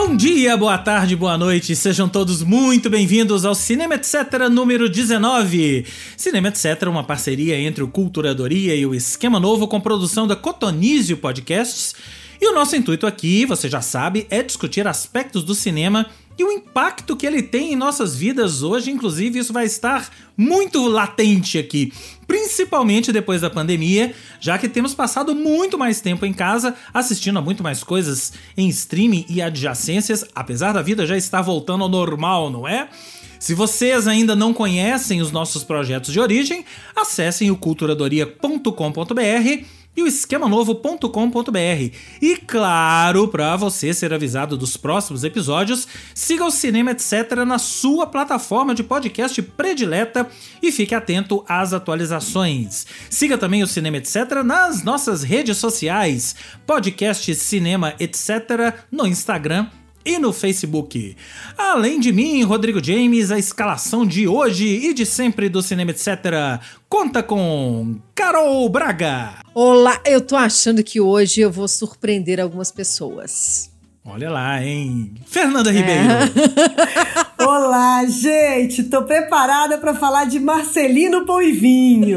Bom dia, boa tarde, boa noite, sejam todos muito bem-vindos ao Cinema Etc. número 19. Cinema Etc. é uma parceria entre o Culturadoria e o Esquema Novo com produção da Cotonizio Podcasts. E o nosso intuito aqui, você já sabe, é discutir aspectos do cinema e o impacto que ele tem em nossas vidas hoje. Inclusive, isso vai estar muito latente aqui, principalmente depois da pandemia, já que temos passado muito mais tempo em casa, assistindo a muito mais coisas em streaming e adjacências, apesar da vida já estar voltando ao normal, não é? Se vocês ainda não conhecem os nossos projetos de origem, acessem o culturadoria.com.br e o esquemanovo.com.br. E claro, para você ser avisado dos próximos episódios, siga o Cinema Etc. na sua plataforma de podcast predileta e fique atento às atualizações. Siga também o Cinema Etc. nas nossas redes sociais, podcast Cinema Etc. no Instagram e no Facebook. Além de mim, Rodrigo James, a escalação de hoje e de sempre do Cinema Etc. conta com Carol Braga. Olá, eu tô achando que hoje eu vou surpreender algumas pessoas. Olha lá, hein? Fernanda Ribeiro. Olá, gente, tô preparada para falar de Marcelino Pão e Vinho.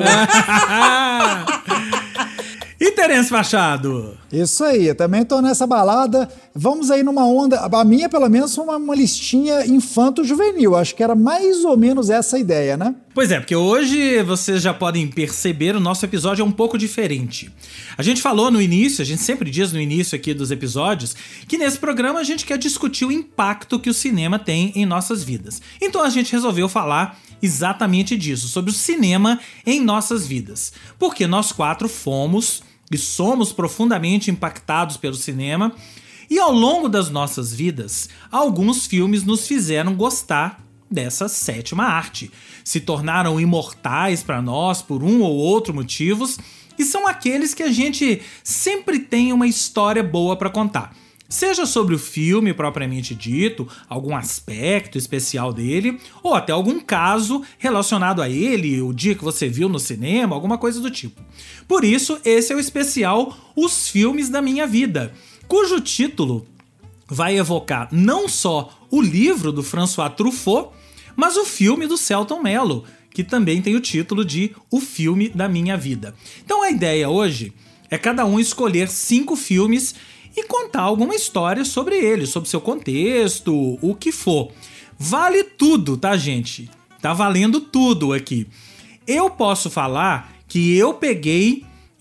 E Terence Machado? Isso aí, eu também tô nessa balada. Vamos aí numa onda, a minha pelo menos uma listinha infanto-juvenil, acho que era mais ou menos essa a ideia, né? Pois é, porque hoje vocês já podem perceber, o nosso episódio é um pouco diferente. A gente falou no início, a gente sempre diz no início aqui dos episódios, que nesse programa a gente quer discutir o impacto que o cinema tem em nossas vidas. Então a gente resolveu falar exatamente disso, sobre o cinema em nossas vidas. Porque nós quatro fomos e somos profundamente impactados pelo cinema, e ao longo das nossas vidas, alguns filmes nos fizeram gostar dessa sétima arte. Se tornaram imortais para nós por um ou outro motivos, e são aqueles que a gente sempre tem uma história boa para contar. Seja sobre o filme propriamente dito, algum aspecto especial dele, ou até algum caso relacionado a ele, o dia que você viu no cinema, alguma coisa do tipo. Por isso, esse é o especial Os Filmes da Minha Vida, cujo título vai evocar não só o livro do François Truffaut, mas o filme do Selton Mello, que também tem o título de O Filme da Minha Vida. Então a ideia hoje é cada um escolher 5 filmes e contar alguma história sobre ele, sobre seu contexto, o que for. Vale tudo, tá, gente? Tá valendo tudo aqui. Eu posso falar que eu peguei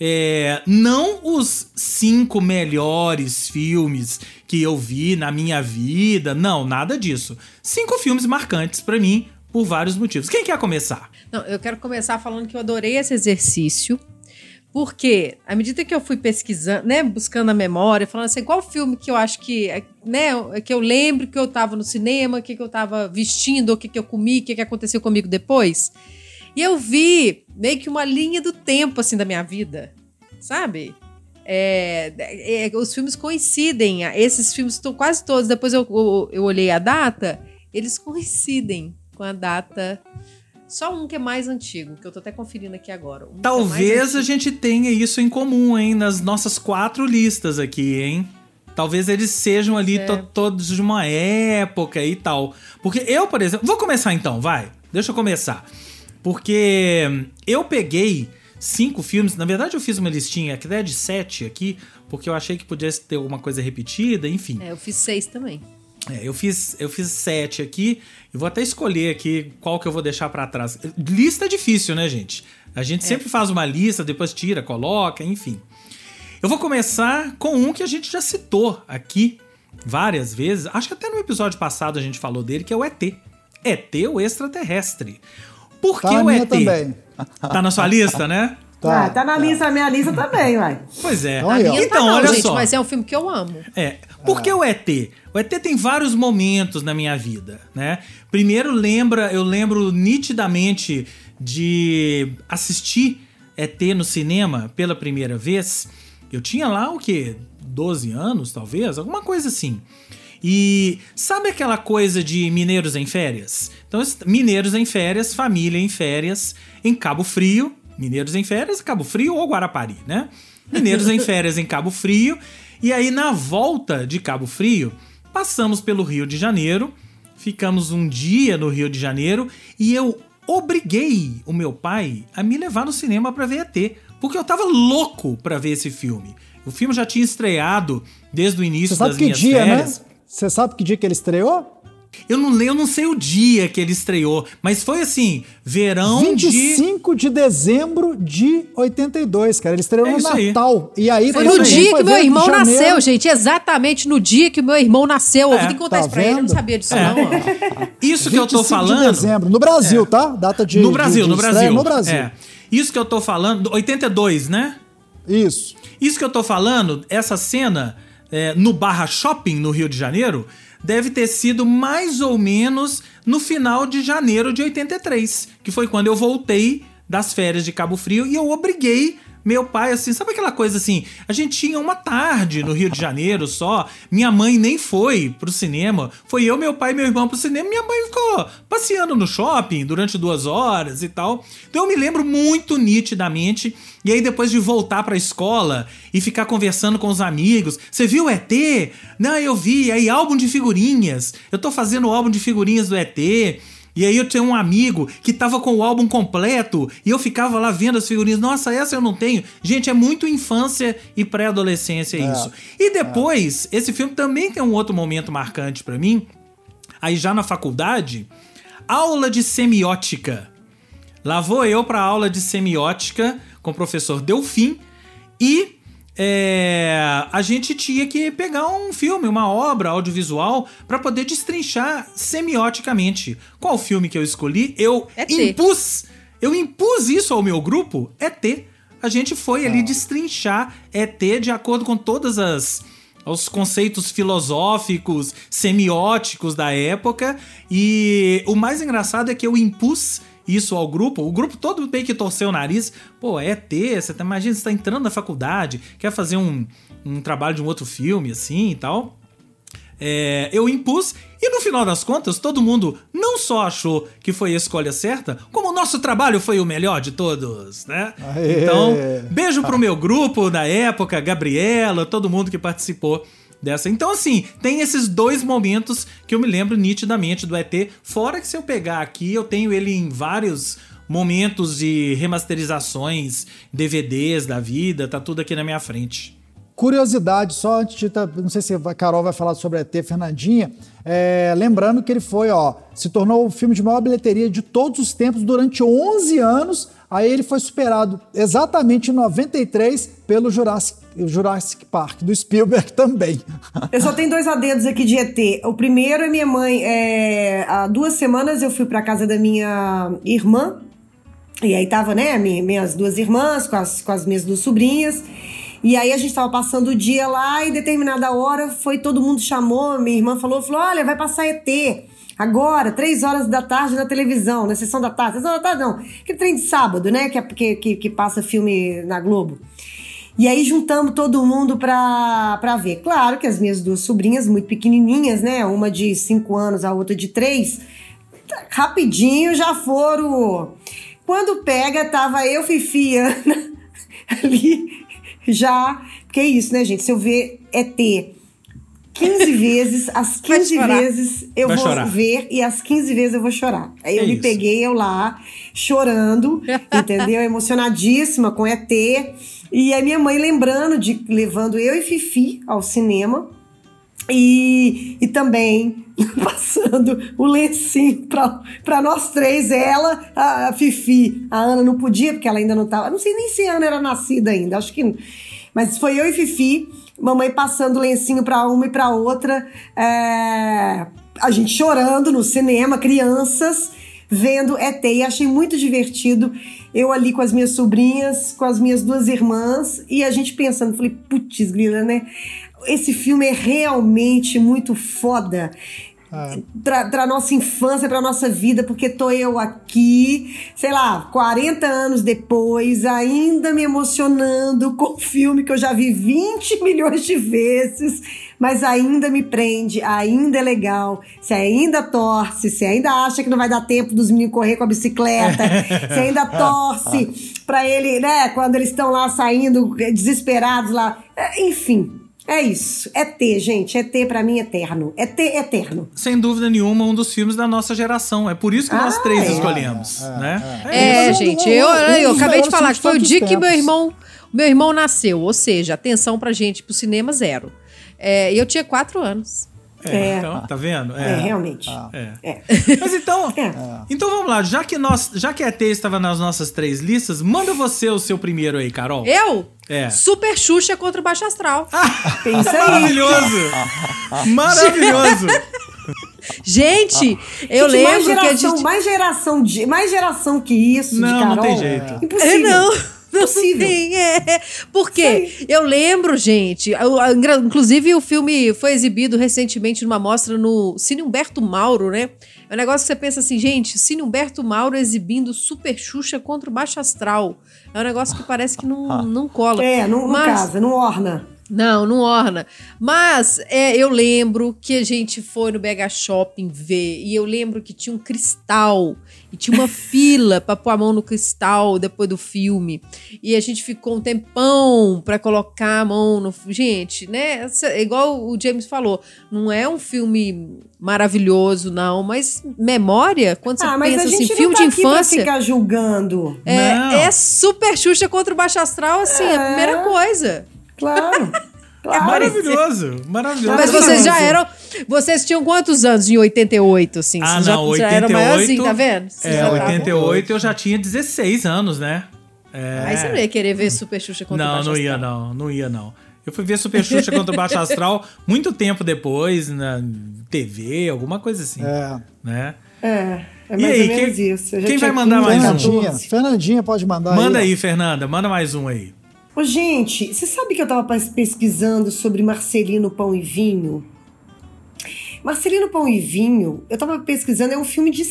não os 5 melhores filmes que eu vi na minha vida, não, nada disso. 5 filmes marcantes pra mim, por vários motivos. Quem quer começar? Não, eu quero começar falando que eu adorei esse exercício. Porque, à medida que eu fui pesquisando, né, buscando a memória, falando assim, qual filme que eu acho que, né, que eu lembro que eu tava no cinema, o que eu tava vestindo, o que eu comi, o que aconteceu comigo depois. E eu vi meio que uma linha do tempo, assim, da minha vida, sabe? Os filmes coincidem, esses filmes estão quase todos, depois eu olhei a data, eles coincidem com a data. Só um que é mais antigo, que eu tô até conferindo aqui agora. Talvez a gente tenha isso em comum, hein? Nas nossas 4 listas aqui, hein? Talvez eles sejam ali todos de uma época e tal. Porque eu, por exemplo... Vou começar então, vai. Deixa eu começar. Porque eu peguei 5 filmes... Na verdade, eu fiz uma listinha até de 7 aqui, porque eu achei que pudesse ter alguma coisa repetida, enfim. Eu fiz 6 também. Eu fiz 7 aqui, e vou até escolher aqui qual que eu vou deixar pra trás. Lista é difícil, né, gente? A gente sempre faz uma lista, depois tira, coloca, enfim. Eu vou começar com um que a gente já citou aqui várias vezes. Acho que até no episódio passado a gente falou dele, que é o ET. ET, o extraterrestre. Por que o ET? Também. Tá na sua lista, né? Tá na minha lista também, vai. Pois é. Então, olha gente, só. mas é um filme que eu amo. Por que o ET? O ET tem vários momentos na minha vida, né? Primeiro, eu lembro nitidamente de assistir ET no cinema pela primeira vez. Eu tinha lá, 12 anos, talvez? Alguma coisa assim. E sabe aquela coisa de mineiros em férias? Então, mineiros em férias, família em férias, em Cabo Frio. Mineiros em férias, Cabo Frio ou Guarapari, né? Mineiros em férias em Cabo Frio. E aí, na volta de Cabo Frio, passamos pelo Rio de Janeiro, ficamos um dia no Rio de Janeiro e eu obriguei o meu pai a me levar no cinema pra ver ET, porque eu tava louco pra ver esse filme. O filme já tinha estreado desde o início das minhas férias. Né? Você sabe que dia que ele estreou? Eu não sei o dia que ele estreou, mas foi assim, verão 25 de dezembro de 82, cara. Ele estreou no Natal. E aí foi no dia que meu irmão nasceu, gente. Exatamente no dia que meu irmão nasceu. Eu vim contar isso pra ele, eu não sabia disso não. Isso que eu tô falando... de dezembro, no Brasil, tá? Data de No Brasil, no Brasil. No Brasil. Isso que eu tô falando, 82, né? Isso que eu tô falando, essa cena no Barra Shopping, no Rio de Janeiro, deve ter sido mais ou menos no final de janeiro de 83, que foi quando eu voltei das férias de Cabo Frio e eu obriguei meu pai, assim, sabe aquela coisa assim, a gente tinha uma tarde no Rio de Janeiro só, minha mãe nem foi pro cinema, foi eu, meu pai e meu irmão pro cinema, minha mãe ficou passeando no shopping durante 2 horas e tal. Então eu me lembro muito nitidamente, e aí depois de voltar pra escola e ficar conversando com os amigos, você viu o ET? Não, eu vi, aí álbum de figurinhas, eu tô fazendo o álbum de figurinhas do ET. E aí eu tinha um amigo que tava com o álbum completo e eu ficava lá vendo as figurinhas. Nossa, essa eu não tenho. Gente, é muito infância e pré-adolescência isso. E depois, esse filme também tem um outro momento marcante pra mim. Aí já na faculdade, aula de semiótica. Lá vou eu pra aula de semiótica com o professor Delfim e... a gente tinha que pegar um filme, uma obra audiovisual para poder destrinchar semioticamente. Qual filme que eu escolhi? Eu impus isso ao meu grupo, ET. A gente foi ali destrinchar ET de acordo com todas os conceitos filosóficos, semióticos da época. E o mais engraçado é que eu impus isso ao grupo, o grupo todo meio que torceu o nariz. Pô, ET, imagina, você tá entrando na faculdade, quer fazer um trabalho de um outro filme, assim, e tal. Eu impus, e no final das contas, todo mundo não só achou que foi a escolha certa, como o nosso trabalho foi o melhor de todos, né? Aê. Então, beijo pro meu grupo da época, Gabriela, todo mundo que participou dessa. Então, assim, tem esses 2 momentos que eu me lembro nitidamente do ET. Fora que se eu pegar aqui, eu tenho ele em vários momentos de remasterizações, DVDs da vida, tá tudo aqui na minha frente. Curiosidade, só antes de... Não sei se a Carol vai falar sobre ET, Fernandinha. Lembrando que ele se tornou o filme de maior bilheteria de todos os tempos durante 11 anos. Aí ele foi superado exatamente em 93 pelo Jurassic Park, do Spielberg também. Eu só tenho 2 adendos aqui de ET. O primeiro é minha mãe. Há 2 semanas eu fui pra casa da minha irmã. E aí tava, né, minhas 2 irmãs com as minhas 2 sobrinhas. E aí a gente tava passando o dia lá e determinada hora todo mundo chamou, minha irmã falou, olha, vai passar ET. Agora, 3 horas da tarde na televisão, na sessão da tarde. Sessão da tarde não, aquele trem de sábado, né, que passa filme na Globo. E aí juntamos todo mundo pra ver. Claro que as minhas 2 sobrinhas, muito pequenininhas, né, uma de 5 anos, a outra de 3, rapidinho já foram. Quando pega, tava eu, Fifi, Ana, ali, já... Porque é isso, né, gente, se eu ver ET 15 vezes, as 15 vezes eu vou ver e as 15 vezes eu vou chorar. Aí eu me peguei, eu lá, chorando, entendeu? Emocionadíssima com ET. E a minha mãe levando eu e Fifi ao cinema. E também passando o lencinho pra nós 3, ela, a Fifi. A Ana não podia, porque ela ainda não tava... Não sei nem se a Ana era nascida ainda, acho que... Mas foi eu e Fifi, mamãe passando lencinho pra uma e pra outra, a gente chorando no cinema, crianças, vendo ET. E achei muito divertido, eu ali com as minhas sobrinhas, com as minhas 2 irmãs, e a gente pensando, falei, putz, grila, né? Esse filme é realmente muito foda. Pra nossa infância, pra nossa vida, porque tô eu aqui, sei lá, 40 anos depois, ainda me emocionando com o filme que eu já vi 20 milhões de vezes, mas ainda me prende, ainda é legal, você ainda torce, você ainda acha que não vai dar tempo dos meninos correr com a bicicleta, você ainda torce pra ele, né, quando eles estão lá saindo desesperados lá, enfim. É isso. ET, gente. ET pra mim eterno. ET eterno. Sem dúvida nenhuma, um dos filmes da nossa geração. É por isso que nós três escolhemos, né? Gente, eu acabei de falar que foi o dia que meu irmão nasceu. Ou seja, atenção pra gente, pro cinema, 0. E eu tinha 4 anos. Então, tá vendo? Realmente. Mas então, então vamos lá. Já que ET estava nas nossas 3 listas, manda você o seu primeiro aí, Carol. Eu? Super Xuxa contra o Baixo Astral. Pensa aí. Maravilhoso! Maravilhoso! Gente, eu lembro mais geração que isso de Carol. Não tem jeito. Impossível. Não tem, Por quê? Eu lembro, gente, inclusive o filme foi exibido recentemente numa mostra no Cine Humberto Mauro, né? É um negócio que você pensa assim, gente, Cine Humberto Mauro exibindo Super Xuxa contra o Baixo Astral. É um negócio que parece que não cola. Não casa, não orna. Não orna. Mas eu lembro que a gente foi no BH Shopping ver, e eu lembro que tinha um cristal, e tinha uma fila pra pôr a mão no cristal depois do filme. E a gente ficou um tempão pra colocar a mão no... Gente, né? Igual o James falou, não é um filme maravilhoso, não, mas memória, quando você pensa assim, filme de infância... Mas a gente não tá aqui pra ficar julgando. É Super Xuxa contra o Baixo Astral, assim, a primeira coisa. Claro. Maravilhoso. Mas vocês já eram... Vocês tinham quantos anos em 88, assim? Vocês já 88, eram maiorzinho, tá vendo? 88 eu já tinha 16 anos, né? Aí você não ia querer ver Super Xuxa contra o Baixo Astral. Não ia não. Eu fui ver Super Xuxa contra o Baixo Astral muito tempo depois, na TV, alguma coisa assim. Né? É mais ou menos isso. Quem vai mandar mais um? Fernandinha pode mandar aí. Manda aí, Fernanda. Manda mais um aí. Ô, gente, você sabe que eu tava pesquisando sobre Marcelino Pão e Vinho? Marcelino Pão e Vinho, eu tava pesquisando, é um filme de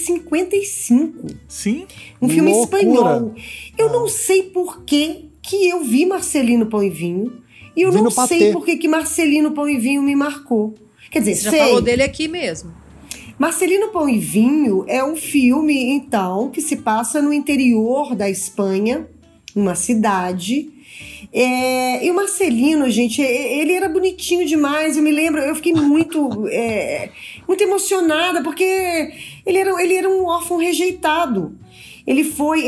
55. Sim? Um filme espanhol. Eu não sei por que eu vi Marcelino Pão e Vinho, e eu não sei por que Marcelino Pão e Vinho me marcou. Quer dizer, você já falou dele aqui mesmo. Marcelino Pão e Vinho é um filme, então, que se passa no interior da Espanha, numa cidade... E o Marcelino, gente, ele era bonitinho demais. Eu me lembro, eu fiquei muito emocionada, porque ele era um órfão rejeitado. Ele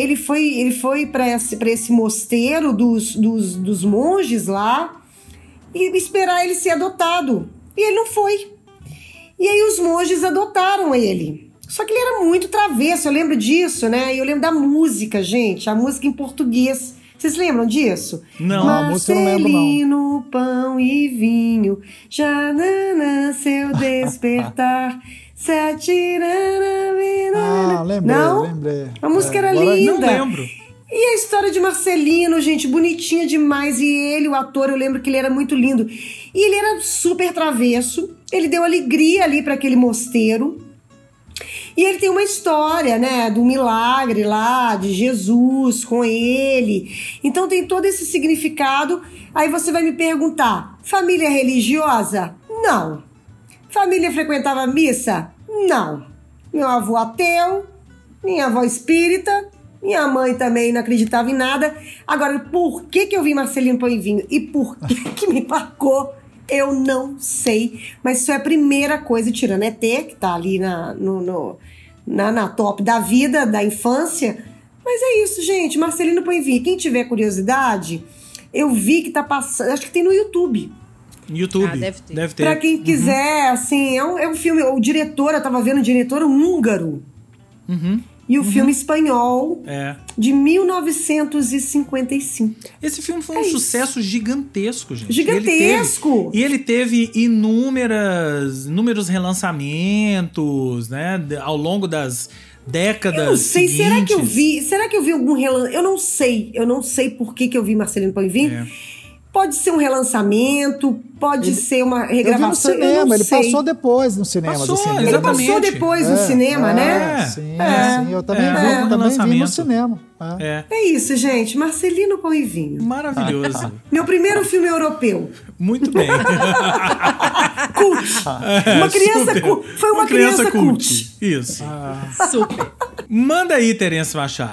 foi para esse mosteiro dos monges lá e esperar ele ser adotado. E ele não foi. E aí os monges adotaram ele. Só que ele era muito travesso, eu lembro disso, né? E eu lembro da música, gente, a música em português. Vocês lembram disso? Não, Marcelino, pão e vinho, já nasceu despertar, se atirando. Lembrei. A música era linda. Não lembro. E a história de Marcelino, gente, bonitinha demais. E ele, o ator, eu lembro que ele era muito lindo. E ele era super travesso. Ele deu alegria ali para aquele mosteiro. E ele tem uma história, né, do milagre lá, de Jesus com ele. Então tem todo esse significado. Aí você vai me perguntar, família religiosa? Não. Família frequentava missa? Não. Meu avô ateu, minha avó espírita, minha mãe também não acreditava em nada. Agora, por que eu vi Marcelino Pão e Vinho e por que me marcou? Eu não sei, mas isso é a primeira coisa, tirando ET, que tá ali na top da vida, da infância. Mas é isso, gente, Marcelino Pão e Vinho. Quem tiver curiosidade, eu vi que tá passando, acho que tem no YouTube. Deve ter. Pra quem quiser, assim, é um filme, o diretor, eu tava vendo o diretor húngaro. E o filme espanhol de 1955. Esse filme foi um sucesso gigantesco, gente. Gigantesco! Ele teve inúmeros relançamentos, né? Ao longo das décadas. Eu não sei, seguintes. será que eu vi algum relançamento? Eu não sei por que eu vi Marcelino Pão e Vinho. Pode ser um relançamento, pode ser uma regravação. Eu vi no cinema, ele passou depois no cinema. Exatamente. Ele passou depois no cinema, né? Sim, eu também vi no cinema. É isso, gente. Marcelino Pão e Vinho. Maravilhoso. Meu primeiro filme europeu. Muito bem. Cult. Foi uma criança cult. Isso. Super. Manda aí, Terence Machado.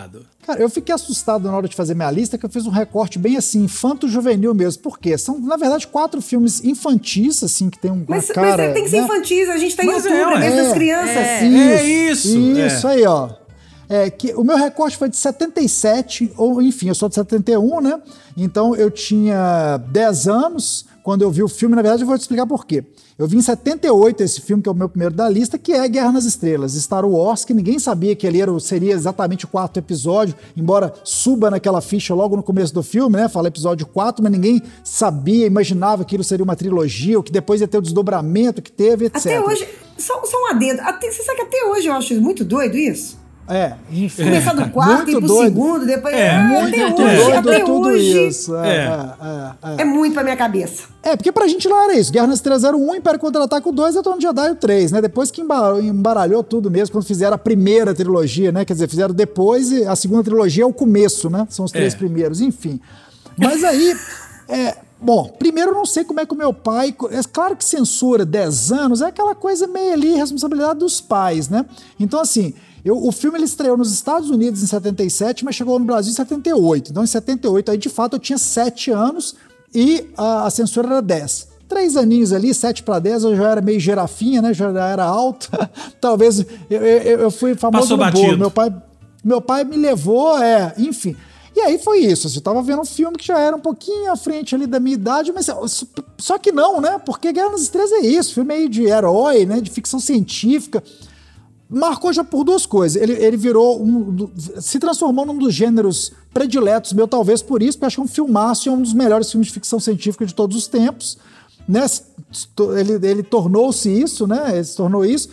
Cara, eu fiquei assustado na hora de fazer minha lista, que eu fiz um recorte bem assim, infanto-juvenil mesmo. Por quê? São, na verdade, 4 filmes infantis, assim, que tem uma cara... Mas tem que ser infantis, a gente tá em outubro, mês das crianças. Isso aí, ó. Que o meu recorte foi de 77, ou enfim, eu sou de 71, né? Então eu tinha 10 anos quando eu vi o filme. Na verdade, eu vou te explicar por quê. Eu vi em 78 esse filme, que é o meu primeiro da lista, que é Guerra nas Estrelas, Star Wars, que ninguém sabia que ele seria exatamente o 4º episódio, embora suba naquela ficha logo no começo do filme, né? Fala episódio 4, mas ninguém sabia, imaginava que aquilo seria uma trilogia, ou que depois ia ter o desdobramento que teve, etc. Até hoje, só um adendo, você sabe que até hoje eu acho muito doido isso? Enfim. Começar do quarto, ir pro segundo, depois... Muito doido tudo hoje, isso. É muito pra minha cabeça. Porque pra gente lá era isso. Guerra nas Estrelas era o 1, Império Contra-Ataca o 2 e Retorno de Jedi o 3, né? Depois que embaralhou tudo mesmo, quando fizeram a primeira trilogia, né? Quer dizer, fizeram depois e a segunda trilogia é o começo, né? São os 3 primeiros, enfim. Mas aí... Bom, primeiro eu não sei como é que o meu pai... É claro que censura 10 anos é aquela coisa meio ali, responsabilidade dos pais, né? Então, assim... O filme ele estreou nos Estados Unidos em 77, mas chegou no Brasil em 78. Então, em 78, aí de fato eu tinha 7 anos e a censura era 10. 3 aninhos ali, 7 para 10, eu já era meio girafinha, né? Já era alto. Talvez eu fui famoso no bolo. Meu pai me levou, enfim. E aí foi isso. Eu tava vendo um filme que já era um pouquinho à frente ali da minha idade, mas só que não, né? Porque Guerra nas Estrelas é isso, filme meio de herói, né? De ficção científica. Marcou já por 2 coisas. Ele se transformou num dos gêneros prediletos meu, talvez por isso, porque acho que é um filmaço e é um dos melhores filmes de ficção científica de todos os tempos, né? Ele tornou-se isso, né? Ele se tornou isso.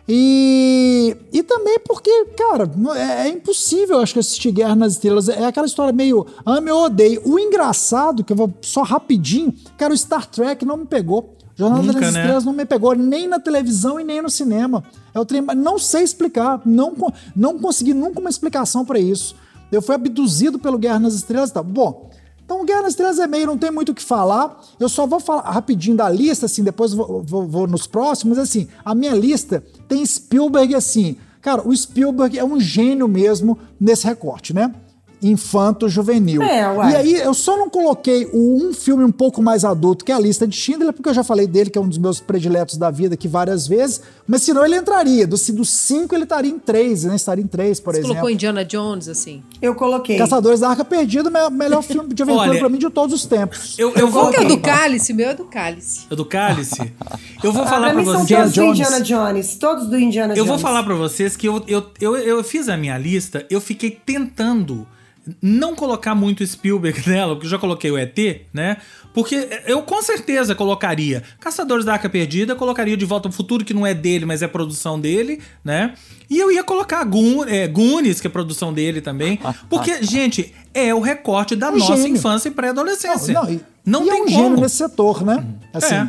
E também porque, cara, é impossível, acho que assistir Guerra nas Estrelas. É aquela história meio ame ou odeio. O engraçado, que eu vou só rapidinho, cara, o Star Trek não me pegou. Jornada das Estrelas não me pegou nem na televisão e nem no cinema. Não sei explicar, não consegui nunca uma explicação para isso. Eu fui abduzido pelo Guerra nas Estrelas e tal. Bom, então Guerra nas Estrelas é meio, não tem muito o que falar. Eu só vou falar rapidinho da lista, assim, depois vou nos próximos. Assim, a minha lista tem Spielberg, assim. Cara, o Spielberg é um gênio mesmo nesse recorte, né? Infanto-juvenil. E aí, eu só não coloquei um filme um pouco mais adulto, que é A Lista de Schindler, porque eu já falei dele, que é um dos meus prediletos da vida aqui várias vezes, mas senão ele entraria. Dos 5, ele estaria em 3, né? Estaria em 3, por exemplo. Você colocou Indiana Jones, assim? Eu coloquei. Caçadores da Arca Perdida, melhor filme de aventura pra mim de todos os tempos. Qual que é o do Cálice? Meu é do Cálice. É do Cálice? Eu vou falar pra vocês... São todos do Indiana Jones. Todos do Indiana Jones. Eu vou falar pra vocês que eu fiz a minha lista, eu fiquei tentando não colocar muito Spielberg nela, porque eu já coloquei o ET, né? Porque eu com certeza colocaria Caçadores da Arca Perdida, colocaria De Volta ao Futuro, que não é dele, mas é produção dele, né? E eu ia colocar Goonies, que é produção dele também. Porque, gente, é o recorte da nossa infância e pré-adolescência. Não tem como. Gênio nesse setor, né? Assim.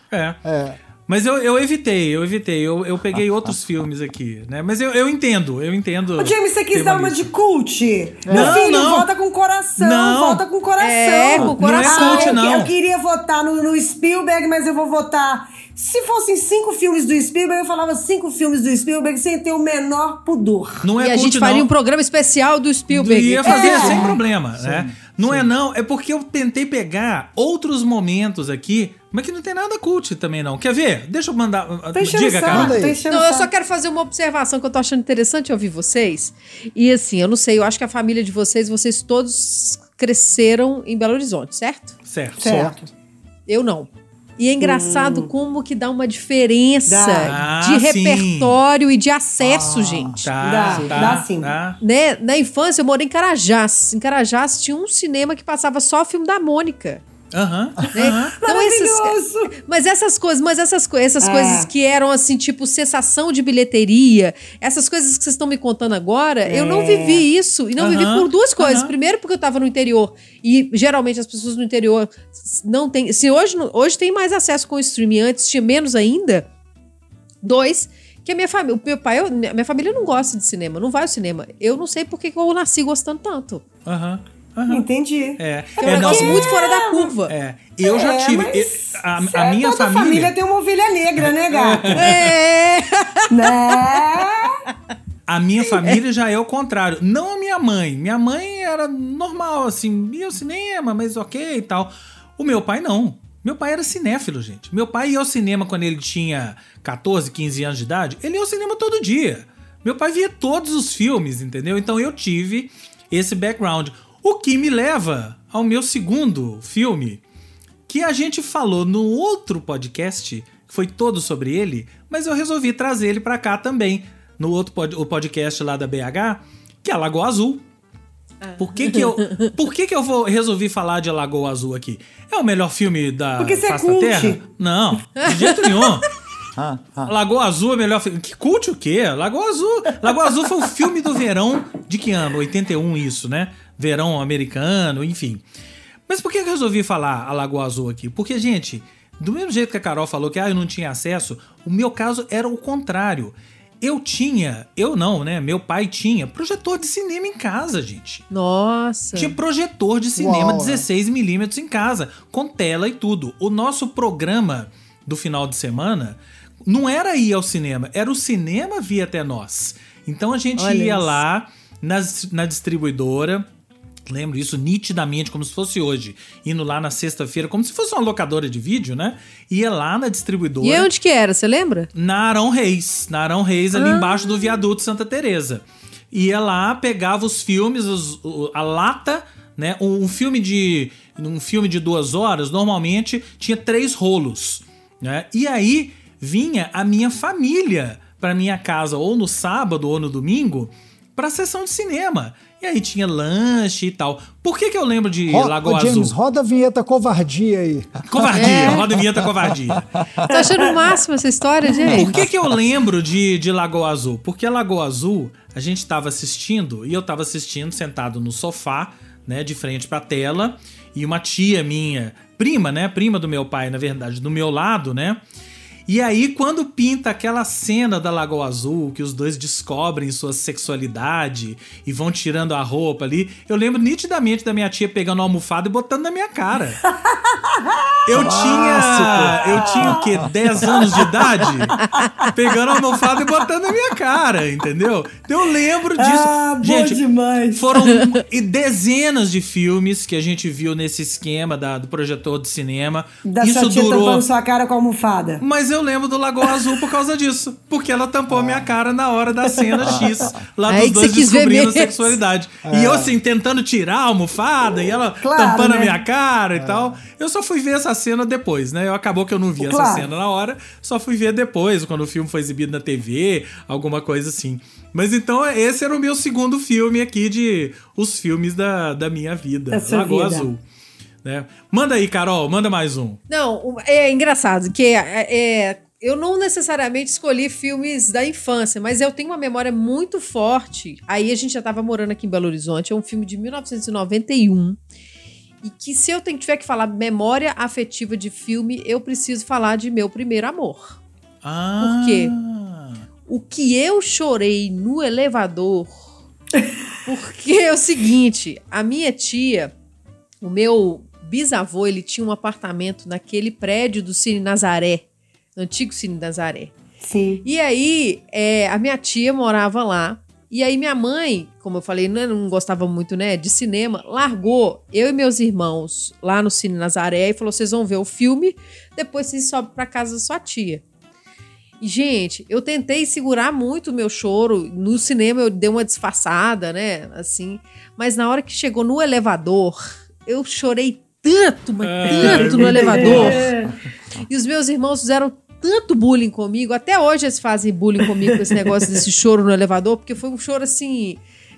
Mas eu evitei. Eu peguei outros filmes aqui, né? Mas eu entendo. Ô, James, você quis dar uma de cult? Meu filho, vota com o coração. Vota com o coração. Com o coração. Não é cult, não. Eu queria votar no Spielberg, mas eu vou votar... Se fossem 5 filmes do Spielberg, eu falava 5 filmes do Spielberg sem ter o menor pudor. Não é e a gente faria um programa especial do Spielberg. Ia fazer sem problema, né? Não é não, é porque eu tentei pegar outros momentos aqui, mas que não tem nada cult também não. Quer ver? Deixa eu mandar... Diga, cara. Não, eu só quero fazer uma observação que eu tô achando interessante ouvir vocês. E assim, eu não sei, eu acho que a família de vocês todos cresceram em Belo Horizonte, certo? Certo. Eu não. E é engraçado como que dá uma diferença de repertório e de acesso, gente. Dá sim. Né? Na infância, eu morei em Carajás. Em Carajás tinha um cinema que passava só o filme da Mônica. Né? Então, essas coisas que eram assim, tipo, sensação de bilheteria, essas coisas que vocês estão me contando agora, eu não vivi isso. E não vivi por 2 coisas. Primeiro, porque eu tava no interior. E geralmente as pessoas no interior não têm. Se hoje tem mais acesso com o streaming, antes tinha menos ainda. 2, que a minha família, minha família não gosta de cinema, não vai ao cinema. Eu não sei por que eu nasci gostando tanto. Entendi. É um negócio muito fora da curva. Eu já tive. A minha toda família tem uma ovelha negra, né, gata? Né? A minha família já é o contrário. Não a minha mãe. Minha mãe era normal, assim, ia ao cinema, mas ok e tal. O meu pai não. Meu pai era cinéfilo, gente. Meu pai ia ao cinema quando ele tinha 14, 15 anos de idade. Ele ia ao cinema todo dia. Meu pai via todos os filmes, entendeu? Então eu tive esse background. O que me leva ao meu segundo filme, que a gente falou no outro podcast, que foi todo sobre ele, mas eu resolvi trazer ele pra cá também. No outro o podcast lá da BH, que é Lagoa Azul. Por que que eu resolvi falar de Lagoa Azul aqui? É o melhor filme da face da Terra? Não, de jeito nenhum. Lagoa Azul é o melhor filme. Que cult o quê? Lagoa Azul. Lagoa Azul foi o filme do verão de que ano? 81 isso, né? Verão americano, enfim. Mas por que eu resolvi falar a Lagoa Azul aqui? Porque, gente, do mesmo jeito que a Carol falou que eu não tinha acesso, o meu caso era o contrário. Meu pai tinha projetor de cinema em casa, gente. Nossa. Tinha projetor de cinema 16mm em casa, com tela e tudo. O nosso programa do final de semana não era ir ao cinema, era o cinema vir até nós. Então a gente ia lá na distribuidora, lembro isso nitidamente, como se fosse hoje, indo lá na sexta-feira, como se fosse uma locadora de vídeo, né? Ia lá na distribuidora. E onde que era, você lembra? Na Arão Reis, ali embaixo do viaduto Santa Teresa. Ia lá, pegava os filmes, a lata, né? Um filme de 2 horas, normalmente, tinha 3 rolos, né? E aí vinha a minha família pra minha casa, ou no sábado ou no domingo, pra sessão de cinema. E aí tinha lanche e tal. Por que eu lembro de Lagoa Azul? James, roda a vinheta covardia aí. Covardia, roda a vinheta covardia. Tá achando o máximo essa história, gente? Por que eu lembro de Lagoa Azul? Porque a Lagoa Azul, a gente tava assistindo, e eu tava assistindo sentado no sofá, né, de frente pra tela, e uma tia minha, prima, né, prima do meu pai, na verdade, do meu lado, né, e aí, quando pinta aquela cena da Lagoa Azul, que os dois descobrem sua sexualidade e vão tirando a roupa ali, eu lembro nitidamente da minha tia pegando uma almofada e botando na minha cara. Eu tinha o quê? 10 anos de idade? Pegando a almofada e botando na minha cara, entendeu? Eu lembro disso. Gente, demais. Foram dezenas de filmes que a gente viu nesse esquema do projetor de cinema. Isso sua tia tampando sua cara com a almofada. Mas eu lembro do Lagoa Azul por causa disso. Porque ela tampou a minha cara na hora da cena X. Lá dos dois descobrindo a sexualidade. E eu, assim, tentando tirar a almofada e ela tampando a minha cara e tal. Eu só fui ver essa cena depois, né? Acabou que eu não vi essa cena na hora. Só fui ver depois, quando o filme foi exibido na TV, alguma coisa assim. Mas então, esse era o meu segundo filme aqui de os filmes da minha vida. Lagoa Azul. Né? Manda aí, Carol, manda mais um. Não, é engraçado que eu não necessariamente escolhi filmes da infância, mas eu tenho uma memória muito forte. Aí a gente já estava morando aqui em Belo Horizonte, é um filme de 1991. E que se eu tiver que falar memória afetiva de filme, eu preciso falar de Meu Primeiro Amor. Por quê? O que eu chorei no elevador, porque é o seguinte, a minha tia, o meu bisavô, ele tinha um apartamento naquele prédio do Cine Nazaré, no antigo Cine Nazaré. Sim. E aí, a minha tia morava lá, e aí minha mãe, como eu falei, não gostava muito, né, de cinema, largou eu e meus irmãos lá no Cine Nazaré e falou, vocês vão ver o filme, depois vocês sobem pra casa da sua tia. E, gente, eu tentei segurar muito o meu choro. No cinema eu dei uma disfarçada, né, assim, mas na hora que chegou no elevador, eu chorei tanto, mas tanto no elevador. E os meus irmãos fizeram tanto bullying comigo. Até hoje eles fazem bullying comigo com esse negócio desse choro no elevador, porque foi um choro assim...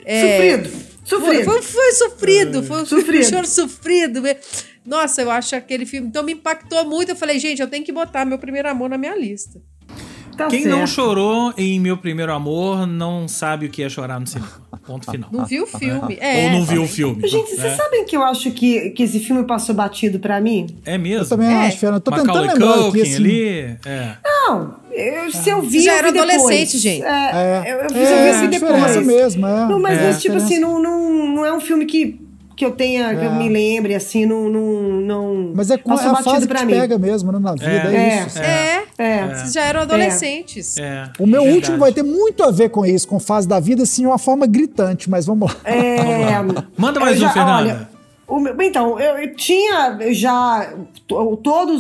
Sofrido. Foi sofrido. Foi um choro sofrido. Nossa, eu acho aquele filme... Então me impactou muito. Eu falei, gente, eu tenho que botar Meu Primeiro Amor na minha lista. Quem não chorou em Meu Primeiro Amor não sabe o que é chorar no cinema. Ponto final. Não viu o filme. Ou não viu o filme. Gente, vocês sabem que eu acho que esse filme passou batido pra mim? É mesmo? Eu também acho, Fernanda. Tô Macaulay tentando lembrar aqui, Culkin assim. ali. Não, se eu vi, já eu era vi adolescente, depois. gente. Eu vi depois. Diferença mesmo, Não, mas tipo assim, não é um filme que que eu tenha, que eu me lembre, assim, não mas é passou a batido fase que pra te mim. pega mesmo, né, na vida, é isso. Vocês já eram adolescentes. O meu último vai ter muito a ver com isso, com fase da vida, assim, de uma forma gritante, mas vamos lá. Manda mais um, Fernanda. Então, eu tinha já todos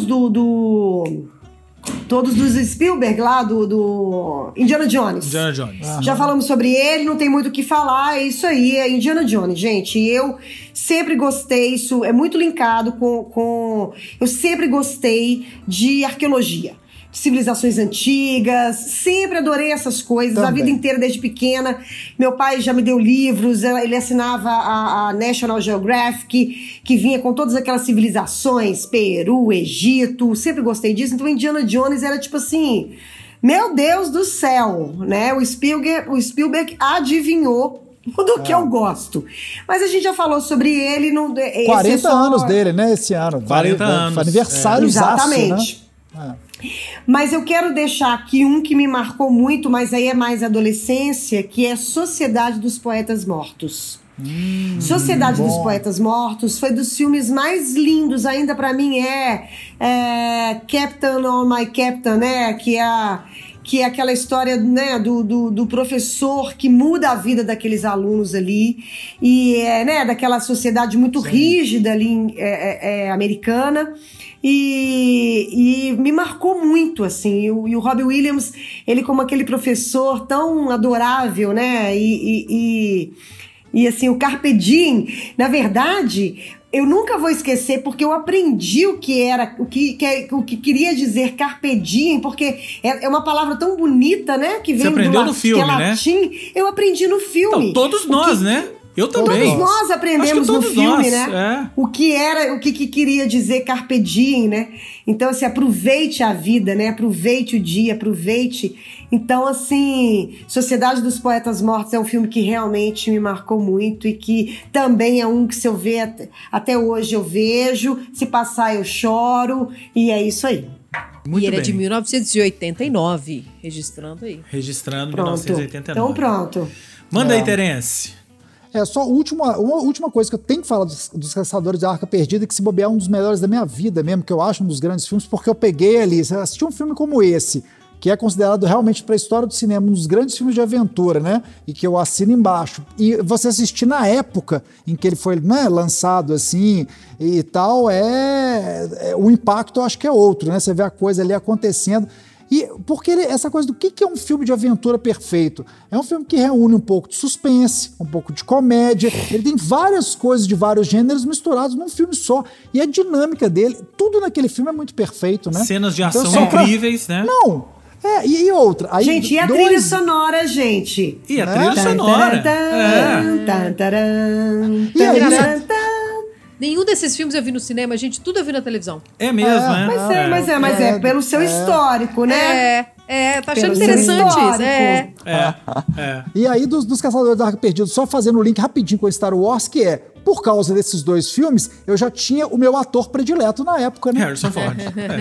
dos Spielberg lá, do Indiana Jones. Indiana Jones. Já falamos sobre ele, não tem muito o que falar, é isso aí, é Indiana Jones, gente. Eu sempre gostei, isso é muito linkado com... Eu sempre gostei de arqueologia, de civilizações antigas, sempre adorei essas coisas, Também. a vida inteira desde pequena. Meu pai já me deu livros, ele assinava a National Geographic, que vinha com todas aquelas civilizações, Peru, Egito, sempre gostei disso. Então Indiana Jones era tipo assim, meu Deus do céu, né? O Spielberg adivinhou do que eu gosto. Mas a gente já falou sobre ele. 40 anos dele, né, esse ano. 40 anos. Foi aniversário exatamente. Né? Mas eu quero deixar aqui um que me marcou muito, mas aí é mais adolescência, que é Sociedade dos Poetas Mortos. Sociedade dos Poetas Mortos foi dos filmes mais lindos, ainda pra mim Captain on My Captain, né? Que é aquela história, né, do professor que muda a vida daqueles alunos ali, e né, daquela sociedade muito rígida ali americana. E me marcou muito, assim, e o Robbie Williams, ele como aquele professor tão adorável, né, e assim, o Carpe Diem, na verdade, eu nunca vou esquecer, porque eu aprendi o que queria dizer Carpe Diem, porque é uma palavra tão bonita, né, que vem Você aprendeu no filme, que é latim, né? Eu aprendi no filme. Então, todos nós, né? Eu também. Todos nós aprendemos no filme, né? É. O que queria dizer Carpe Diem, né? Então, assim, aproveite a vida, né? Aproveite o dia, aproveite. Então, assim, Sociedade dos Poetas Mortos é um filme que realmente me marcou muito e que também é um que, se eu ver até hoje, eu vejo. Se passar, eu choro. E é isso aí. Muito e ele é de 1989, registrando aí. Registrando pronto. 1989. Então, pronto. Manda aí, Terence. Só uma última coisa que eu tenho que falar dos Caçadores da Arca Perdida, que se bobear é um dos melhores da minha vida mesmo, que eu acho um dos grandes filmes, porque eu peguei ali, assisti um filme como esse, que é considerado realmente para a história do cinema um dos grandes filmes de aventura, né? E que eu assino embaixo. E você assistir na época em que ele foi, né, lançado assim e tal, o impacto eu acho que é outro, né? Você vê a coisa ali acontecendo. E porque essa coisa do que é um filme de aventura perfeito? É um filme que reúne um pouco de suspense, um pouco de comédia, ele tem várias coisas de vários gêneros misturados num filme só. E a dinâmica dele, tudo naquele filme é muito perfeito, né? Cenas de ação incríveis, né? Não! E outra... Aí, gente, e a trilha sonora, gente? E a trilha sonora? E aí, nenhum desses filmes eu vi no cinema, gente, tudo eu vi na televisão. É mesmo, né? Mas é pelo seu histórico, né? Tá achando interessante isso. E aí, dos Caçadores da Arca Perdida, só fazendo o link rapidinho com o Star Wars, que por causa desses dois filmes, eu já tinha o meu ator predileto na época, né? Harrison Ford.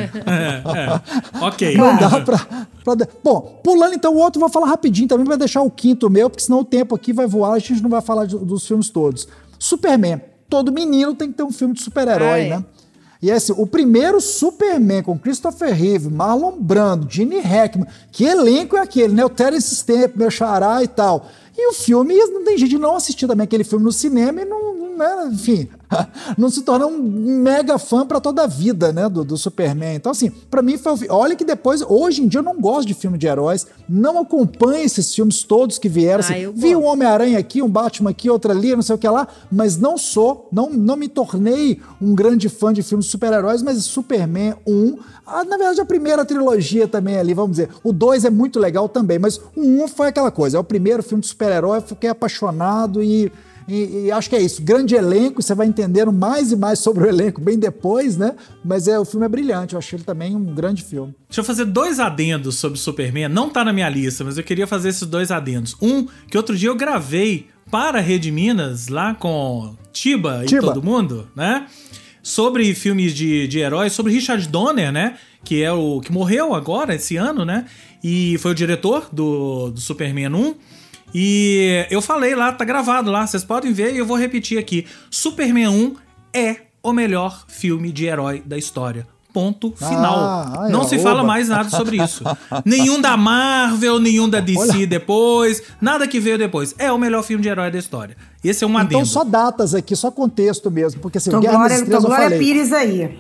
Ok. Não dá pra... Bom, pulando então o outro, vou falar rapidinho também pra deixar o quinto meu, porque senão o tempo aqui vai voar, a gente não vai falar dos filmes todos. Superman. Todo menino tem que ter um filme de super-herói, né? E assim, o primeiro Superman com Christopher Reeve, Marlon Brando, Gene Hackman, que elenco é aquele, né? O Terence Stamp, meu xará e tal. E o filme, não tem jeito de não assistir também aquele filme no cinema e não, né, enfim, não se torna um mega fã pra toda a vida, né, do Superman. Então, assim, pra mim foi... Olha que depois, hoje em dia eu não gosto de filme de heróis, não acompanho esses filmes todos que vieram, assim, vi um Homem-Aranha aqui, um Batman aqui, outro ali, não sei o que lá, mas não me tornei um grande fã de filmes de super-heróis, mas Superman 1, na verdade a primeira trilogia também ali, vamos dizer, o 2 é muito legal também, mas o 1 foi aquela coisa, é o primeiro filme de super-herói, fiquei apaixonado e acho que é isso, grande elenco, você vai entendendo mais e mais sobre o elenco bem depois, né? Mas o filme é brilhante, eu achei ele também um grande filme. Deixa eu fazer 2 adendos sobre Superman, não tá na minha lista, mas eu queria fazer esses 2 adendos. Um, que outro dia eu gravei para a Rede Minas, lá com Tiba e todo mundo, né? Sobre filmes de heróis, sobre Richard Donner, né? Que é o que morreu agora, esse ano, né? E foi o diretor do Superman 1. E eu falei lá, tá gravado lá, vocês podem ver e eu vou repetir aqui. Superman 1 é o melhor filme de herói da história. Ponto final. Não se fala mais nada sobre isso. Nenhum da Marvel, nenhum da DC depois, nada que veio depois. É o melhor filme de herói da história. Esse é um adendo. Então só datas aqui, só contexto mesmo. Porque assim, então, Guerra nas Estrelas, Glória Pires aí.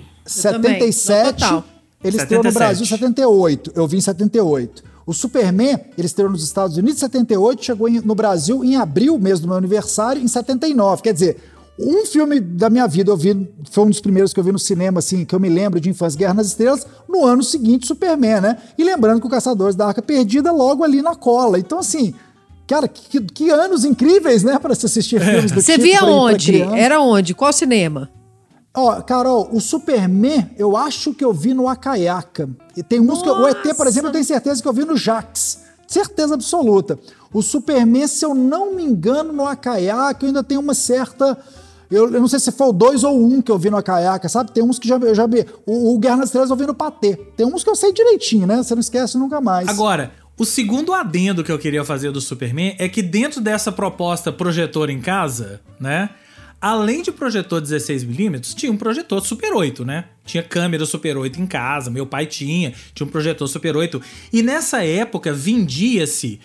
77, ele estreou no Brasil em 78. Eu vi em 78. O Superman, ele estreou nos Estados Unidos em 78, chegou no Brasil em abril, mês do meu aniversário, em 79. Quer dizer, um filme da minha vida eu vi, foi um dos primeiros que eu vi no cinema, assim, que eu me lembro de infância, Guerra nas Estrelas, no ano seguinte, Superman, né? E lembrando que o Caçadores da Arca Perdida logo ali na cola. Então, assim, cara, que anos incríveis, né, pra se assistir filmes do tipo. Você via onde? Era onde? Qual cinema? Ó, Carol, o Superman, eu acho que eu vi no Acaiaca. E tem uns que o ET, por exemplo, eu tenho certeza que eu vi no Jax. Certeza absoluta. O Superman, se eu não me engano, no Acaiaca, eu ainda tenho uma certa... Eu não sei se foi o 2 ou 1 que eu vi no Acaiaca, sabe? Tem uns que eu já vi. O Guerra nas Estrelas eu vi no Patê. Tem uns que eu sei direitinho, né? Você não esquece nunca mais. Agora, o segundo adendo que eu queria fazer do Superman é que dentro dessa proposta projetor em casa, né? Além de projetor 16mm, tinha um projetor Super 8, né? Tinha câmera Super 8 em casa, meu pai tinha um projetor Super 8. E nessa época vendia-se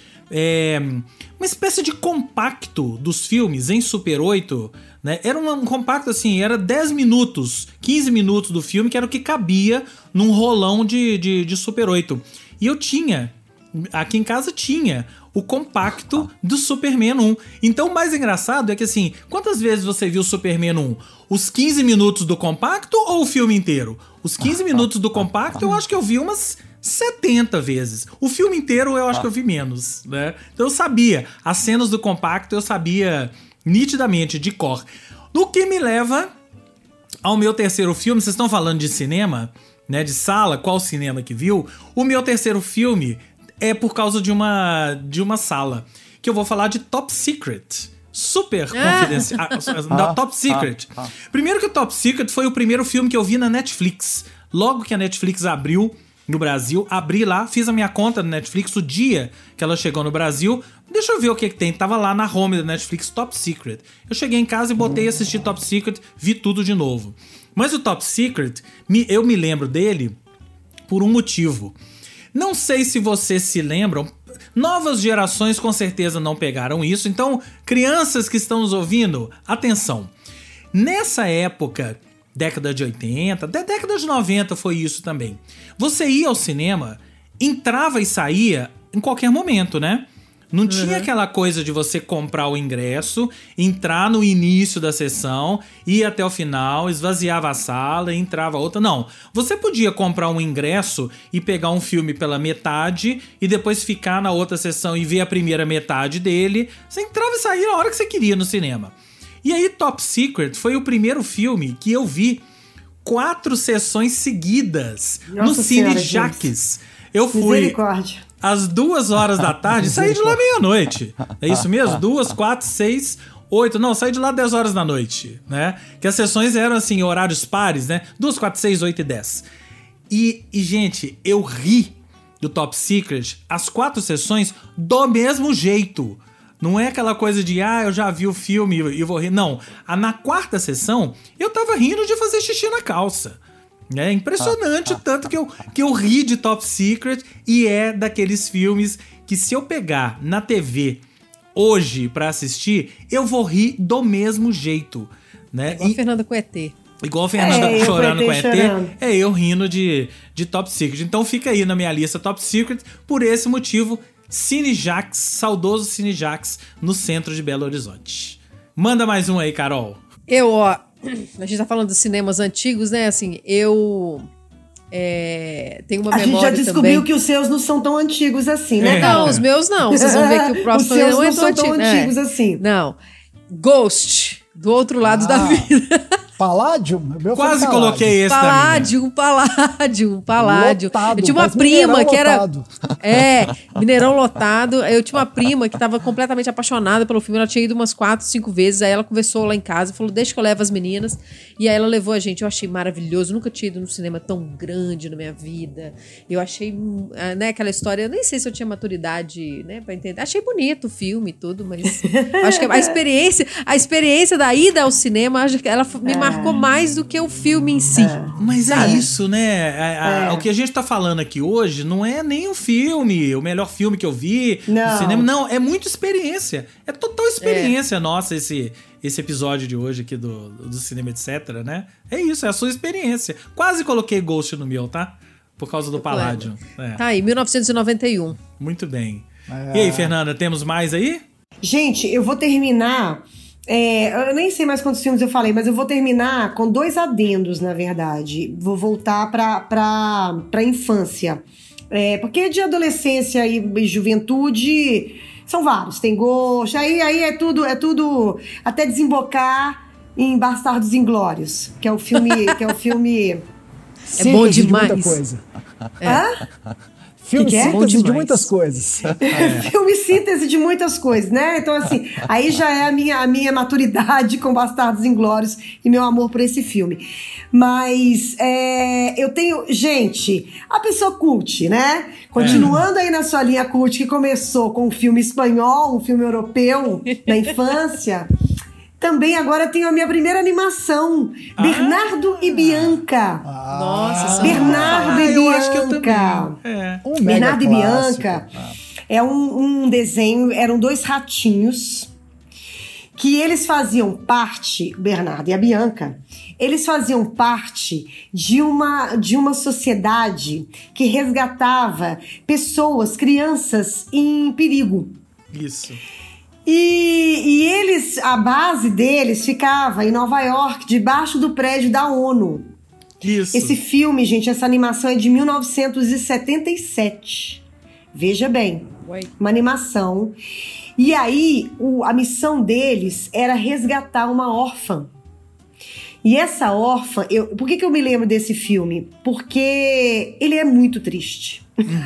uma espécie de compacto dos filmes em Super 8, né? Era um compacto assim, era 10 minutos, 15 minutos do filme, que era o que cabia num rolão de Super 8. E eu tinha, aqui em casa tinha o compacto do Superman 1. Então o mais engraçado é que assim, quantas vezes você viu o Superman 1? Os 15 minutos do compacto ou o filme inteiro? Os 15 minutos do compacto eu acho que eu vi umas 70 vezes. O filme inteiro eu acho que eu vi menos, né? Então eu sabia, as cenas do compacto eu sabia nitidamente, de cor. O que me leva ao meu terceiro filme. Vocês estão falando de cinema, né? De sala, qual cinema que viu? O meu terceiro filme é por causa de uma sala, que eu vou falar de Top Secret. Super confidencial. Top Secret. Primeiro que o Top Secret foi o primeiro filme que eu vi na Netflix. Logo que a Netflix abriu no Brasil, abri lá, fiz a minha conta na Netflix o dia que ela chegou no Brasil. Deixa eu ver o que tem. Tava lá na home da Netflix, Top Secret. Eu cheguei em casa e botei assistir Top Secret, vi tudo de novo. Mas o Top Secret, eu me lembro dele por um motivo. Não sei se vocês se lembram, novas gerações com certeza não pegaram isso, então crianças que estão nos ouvindo, atenção. Nessa época, década de 80, década de 90 foi isso também. Você ia ao cinema, entrava e saía em qualquer momento, né? Não tinha aquela coisa de você comprar o ingresso, entrar no início da sessão, ir até o final, esvaziava a sala e entrava outra. Não, você podia comprar um ingresso e pegar um filme pela metade e depois ficar na outra sessão e ver a primeira metade dele. Você entrava e saía na hora que você queria no cinema. E aí Top Secret foi o primeiro filme que eu vi 4 sessões seguidas no Cine Jaques. Eu fui às 2 horas da tarde e saí de lá meia-noite. É isso mesmo? 2, 4, 6, 8. Não, saí de lá 10 horas da noite, né? Que as sessões eram assim, horários pares, né? 2, 4, 6, 8 e 10. E gente, eu ri do Top Secret as 4 sessões do mesmo jeito. Não é aquela coisa de, eu já vi o filme e vou rir. Não, na 4ª sessão, eu tava rindo de fazer xixi na calça. É impressionante o tanto que eu ri de Top Secret, e é daqueles filmes que se eu pegar na TV hoje pra assistir, eu vou rir do mesmo jeito, né? Igual a Fernanda com ET. Igual a Fernanda chorando com ET, é eu rindo de Top Secret. Então fica aí na minha lista Top Secret, por esse motivo, Cine Jaques, saudoso Cine Jaques, no centro de Belo Horizonte. Manda mais um aí, Carol. A gente tá falando dos cinemas antigos, né? Assim, eu tenho uma memória. A gente já descobriu também que os seus não são tão antigos assim, né? Não, os meus não. Vocês vão ver que o próximo não é tão antigos assim. Não. Ghost, do outro lado da vida. Paládio? Quase coloquei esse Paládio. Lotado, Eu tinha uma mas prima Mineirão que era... lotado. Mineirão lotado. Eu tinha uma prima que estava completamente apaixonada pelo filme. Ela tinha ido umas 4, 5 vezes. Aí ela conversou lá em casa e falou, deixa que eu levo as meninas. E aí ela levou a gente. Eu achei maravilhoso. Eu nunca tinha ido num cinema tão grande na minha vida. Eu achei, né, aquela história... Eu nem sei se eu tinha maturidade, né, pra entender. Achei bonito o filme e tudo, mas... acho que a experiência da ida ao cinema, acho que ela me marcou mais do que o filme em si. Mas é isso, né? O que a gente tá falando aqui hoje não é nem o filme, o melhor filme que eu vi no cinema. Não, é muita experiência. É total experiência nossa esse episódio de hoje aqui do Cinema Etc, né? É isso, é a sua experiência. Quase coloquei Ghost no meu, tá? Por causa do Paládio. Tá aí, 1991. Muito bem. E aí, Fernanda, temos mais aí? Gente, eu vou terminar... eu nem sei mais quantos filmes eu falei, mas eu vou terminar com 2 adendos, na verdade. Vou voltar pra infância. Porque de adolescência e juventude são vários. Tem Ghost, aí é tudo até desembocar em Bastardos Inglórios, que é o filme... É bom demais. De muita coisa. Filme síntese de muitas coisas. Filme síntese de muitas coisas, né? Então, assim, aí já é a minha maturidade com Bastardos Inglórios e meu amor por esse filme. Mas eu tenho... Gente, a pessoa cult, né? Continuando aí na sua linha cult, que começou com um filme espanhol, um filme europeu, na infância... Também agora tenho a minha primeira animação, Bernardo e Bianca. Nossa, Bernardo e Bianca. Eu acho que eu também. Bernardo e Bianca é um desenho, eram 2 ratinhos que eles faziam parte, Bernardo e a Bianca, eles faziam parte de uma sociedade que resgatava pessoas, crianças em perigo. Isso. E eles, a base deles ficava em Nova York, debaixo do prédio da ONU. Isso. Esse filme, gente, essa animação é de 1977. Veja bem, uma animação. E aí, a missão deles era resgatar uma órfã. E essa órfã, por que eu me lembro desse filme? Porque ele é muito triste.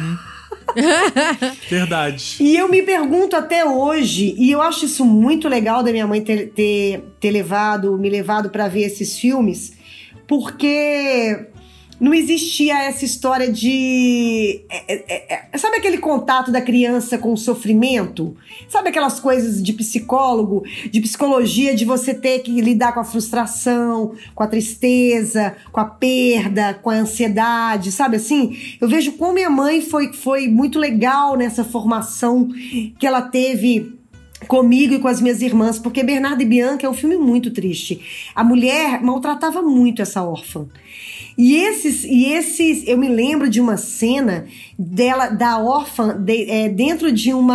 Verdade. E eu me pergunto até hoje, e eu acho isso muito legal da minha mãe ter me levado para ver esses filmes, porque não existia essa história de... sabe aquele contato da criança com o sofrimento? Sabe aquelas coisas de psicólogo, de psicologia, de você ter que lidar com a frustração, com a tristeza, com a perda, com a ansiedade, sabe assim? Eu vejo como minha mãe foi muito legal nessa formação que ela teve comigo e com as minhas irmãs, porque Bernardo e Bianca é um filme muito triste. A mulher maltratava muito essa órfã. E esses, eu me lembro de uma cena da órfã dentro de um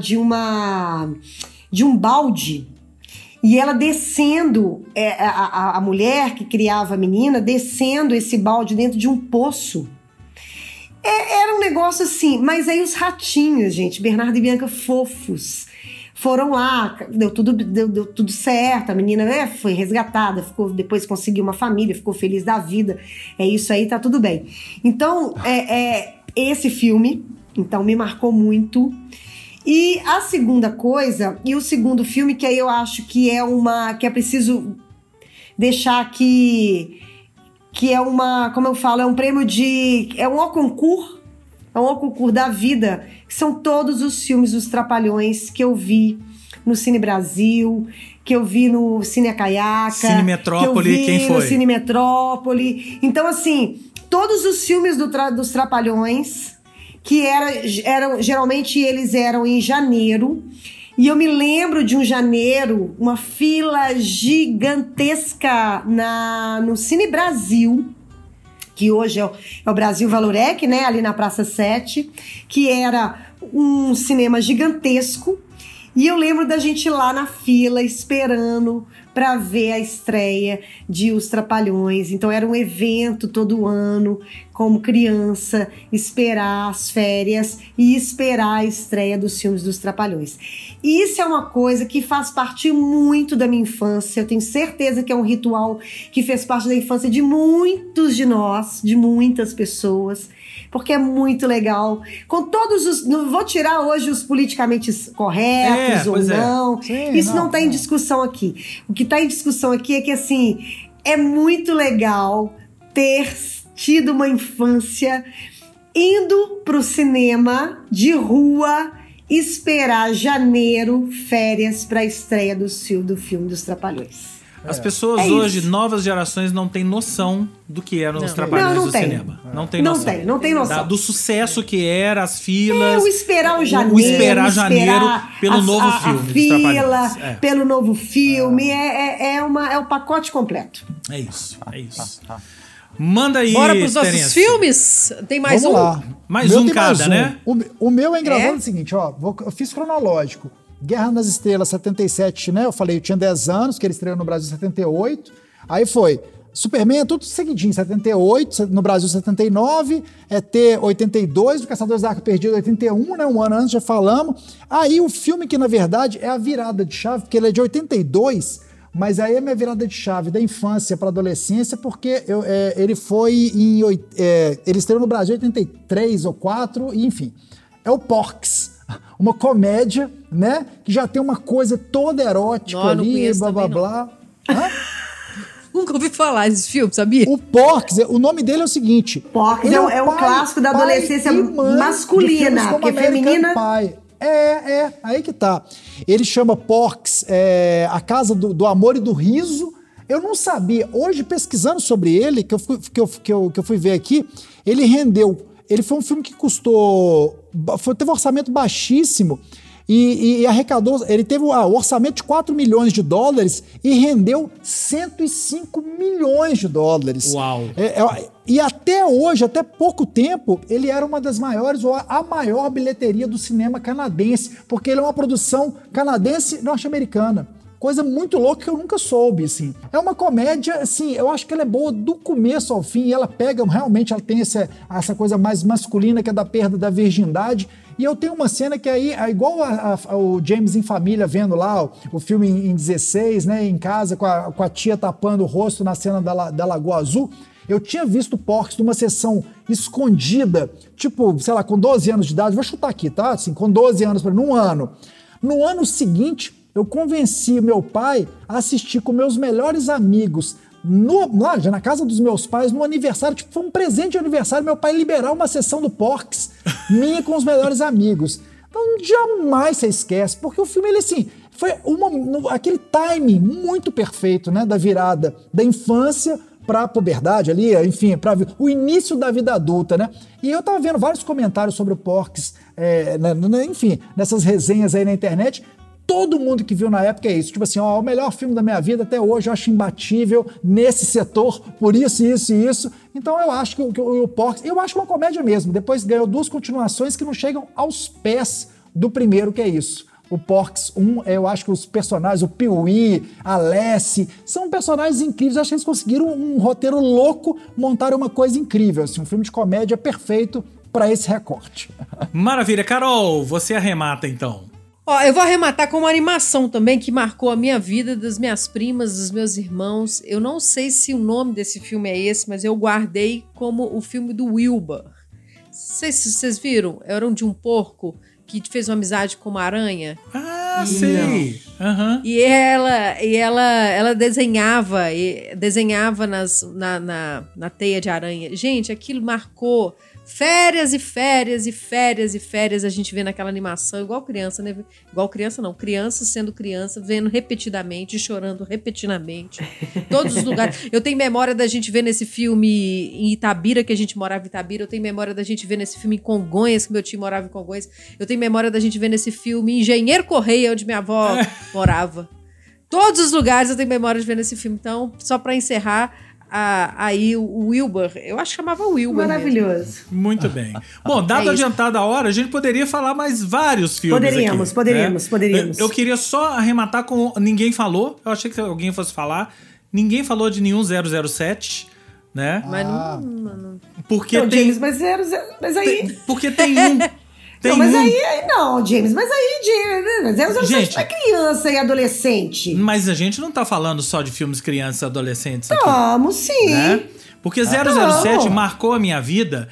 balde, e ela descendo, a mulher que criava a menina, descendo esse balde dentro de um poço. Era um negócio assim, mas aí os ratinhos, gente, Bernardo e Bianca fofos, foram lá, deu tudo certo, a menina, né, foi resgatada, depois conseguiu uma família, ficou feliz da vida, é isso aí, tá tudo bem. Então, esse filme, então, me marcou muito. E a segunda coisa, e o segundo filme, que aí eu acho que é preciso deixar aqui, que é como eu falo, é um prêmio é um concurso da vida, que são todos os filmes dos Trapalhões que eu vi no Cine Brasil, que eu vi no Cine Acaiaca, Cine Metrópole, quem foi? No Cine Metrópole. Então, assim, todos os filmes dos Trapalhões, que geralmente eles eram em janeiro, e eu me lembro de um janeiro, uma fila gigantesca no Cine Brasil, que hoje é o Brasil Valorec, né, ali na Praça 7, que era um cinema gigantesco, E eu lembro da gente lá na fila, esperando para ver a estreia de Os Trapalhões. Então era um evento todo ano, como criança, esperar as férias e esperar a estreia dos filmes dos Trapalhões. E isso é uma coisa que faz parte muito da minha infância. Eu tenho certeza que é um ritual que fez parte da infância de muitos de nós, de muitas pessoas, porque é muito legal. Com todos os... Não vou tirar hoje os politicamente corretos ou não. Sim, isso não está em discussão aqui. O que está em discussão aqui é que, assim, é muito legal ter tido uma infância indo pro cinema de rua, esperar janeiro, férias, para a estreia do filme dos Trapalhões. As pessoas hoje, novas gerações, não têm noção do que eram os Trapalhões do cinema. Não tem noção. Não tem noção. Do sucesso que era, as filas. O esperar o janeiro. O esperar janeiro pelo novo filme a dos fila, Trapalhões. pelo novo filme. É o pacote completo. É isso. Manda aí, bora pros nossos Terence. filmes? Tem mais Vamos um? lá. Mais Meu um tem cada, né? O meu é engraçado o seguinte, ó. Eu fiz cronológico. Guerra nas Estrelas, 77, né? Eu falei, eu tinha 10 anos, que ele estreou no Brasil em 78. Aí foi Superman, tudo seguidinho, 78, no Brasil 79, ET 82, o Caçadores da Arca Perdida 81, né? Um ano antes, já falamos. Aí o filme que, na verdade, é a virada de chave, porque ele é de 82, mas aí é minha virada de chave da infância para adolescência, porque ele foi em... ele estreou no Brasil em 83 ou 4, e enfim. É o Porcs. Uma comédia, né? Que já tem uma coisa toda erótica ali, blá, blá, blá. Nunca ouvi falar desse filme, sabia? O Porcs, o nome dele é o seguinte... Porcs é um clássico da adolescência masculina, porque feminina... Aí que tá. Ele chama Porcs, A Casa do Amor e do Riso. Eu não sabia. Hoje, pesquisando sobre ele, que eu fui ver aqui, ele rendeu... Ele foi um filme que teve um orçamento baixíssimo e arrecadou, ele teve o orçamento de 4 milhões de dólares e rendeu 105 milhões de dólares. Uau! E até hoje, até pouco tempo, ele era uma das maiores, ou a maior bilheteria do cinema canadense, porque ele é uma produção canadense norte-americana. Coisa muito louca que eu nunca soube, assim. É uma comédia, assim, eu acho que ela é boa do começo ao fim, e ela pega, realmente, ela tem essa coisa mais masculina, que é da perda da virgindade, e eu tenho uma cena que aí, é igual o James em família, vendo lá o filme em 16, né, em casa, com a tia tapando o rosto na cena da Lagoa Azul. Eu tinha visto Porcs numa sessão escondida, tipo, sei lá, com 12 anos de idade, vou chutar aqui, tá? Assim, com 12 anos, num ano. No ano seguinte, eu convenci meu pai a assistir com meus melhores amigos lá já na casa dos meus pais, no aniversário, tipo, foi um presente de aniversário, meu pai liberar uma sessão do Porcs minha com os melhores amigos. Então jamais você esquece, porque o filme, ele assim, foi aquele timing muito perfeito, né, da virada da infância pra puberdade ali, enfim, para o início da vida adulta, né? E eu tava vendo vários comentários sobre o Porcs, enfim, nessas resenhas aí na internet. Todo mundo que viu na época é isso. Tipo assim, o melhor filme da minha vida até hoje, eu acho imbatível nesse setor, por isso, isso e isso. Então eu acho que o Porcs, eu acho uma comédia mesmo. Depois ganhou 2 continuações que não chegam aos pés do primeiro, que é isso. O Porcs 1, eu acho que os personagens, o Pee-wee, a Lassie, são personagens incríveis. Eu acho que eles conseguiram um roteiro louco, montaram uma coisa incrível. Assim, um filme de comédia perfeito para esse recorte. Maravilha. Carol, você arremata então. Eu vou arrematar com uma animação também que marcou a minha vida, das minhas primas, dos meus irmãos. Eu não sei se o nome desse filme é esse, mas eu guardei como o filme do Wilbur. Não sei se vocês viram. Era de um porco que fez uma amizade com uma aranha. Ah, sei. Uhum. E ela desenhava na teia de aranha. Gente, aquilo marcou férias e férias e férias e férias a gente vê naquela animação, igual criança, né? Igual criança não, criança sendo criança, vendo repetidamente, chorando repetidamente. Todos os lugares. Eu tenho memória da gente ver nesse filme em Itabira, que a gente morava em Itabira. Eu tenho memória da gente ver nesse filme em Congonhas, que meu tio morava em Congonhas. Eu tenho memória da gente ver nesse filme em Engenheiro Correia, onde minha avó morava. Todos os lugares eu tenho memória de ver nesse filme. Então, só pra encerrar, aí o Wilbur, eu acho que chamava Wilbur. Maravilhoso. Mesmo. Muito bem. Bom, dado adiantado a hora, a gente poderia falar mais vários filmes Poderíamos. Eu queria só arrematar com Ninguém Falou. Eu achei que alguém fosse falar. Ninguém falou de nenhum 007, né? Mas não... Porque não, tem... James, mas aí... Porque tem um... Tem James, mas aí, James, gente, é criança e adolescente. Mas a gente não tá falando só de filmes crianças e adolescentes aqui. Estamos, sim. Né? Porque 007 marcou a minha vida.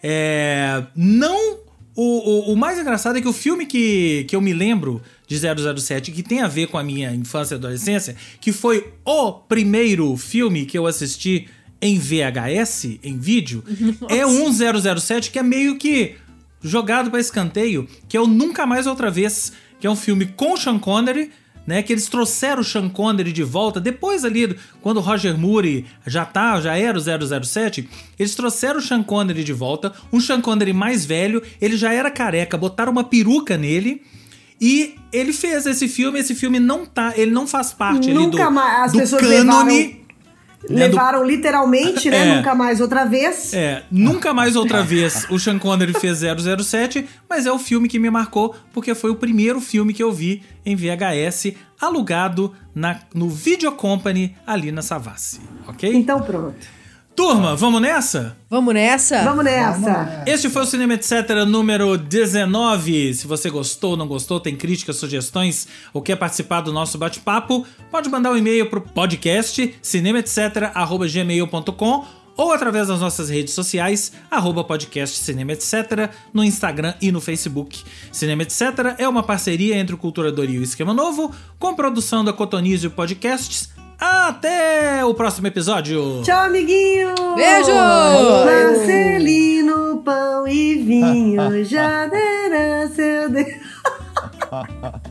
Não... O mais engraçado é que o filme que eu me lembro de 007, que tem a ver com a minha infância e adolescência, que foi o primeiro filme que eu assisti em VHS, em vídeo, é um 007 que é meio que jogado para escanteio, que é o Nunca Mais Outra Vez, que é um filme com o Sean Connery, né, que eles trouxeram o Sean Connery de volta, depois ali, quando o Roger Moore já era o 007, eles trouxeram o Sean Connery de volta, um Sean Connery mais velho, ele já era careca, botaram uma peruca nele, e ele fez esse filme ele não faz parte ali do cânone... Levaram literalmente, né? Nunca Mais Outra Vez. Nunca Mais Outra Vez o Sean Connery fez 007, mas é o filme que me marcou, porque foi o primeiro filme que eu vi em VHS, alugado no Video Company, ali na Savassi, ok? Então pronto. Turma, vamos nessa? Vamos nessa? Vamos nessa. Este foi o Cinema Etc. número 19. Se você gostou ou não gostou, tem críticas, sugestões ou quer participar do nosso bate-papo, pode mandar um e-mail pro podcast cinemaetc@gmail.com ou através das nossas redes sociais, @podcast Cinema Etc, no Instagram e no Facebook. Cinema Etc é uma parceria entre o Culturadoria e o Esquema Novo, com produção da Cotonizio Podcasts. Até o próximo episódio. Tchau, amiguinho. Beijo. Marcelino, pão e vinho, já derá seu...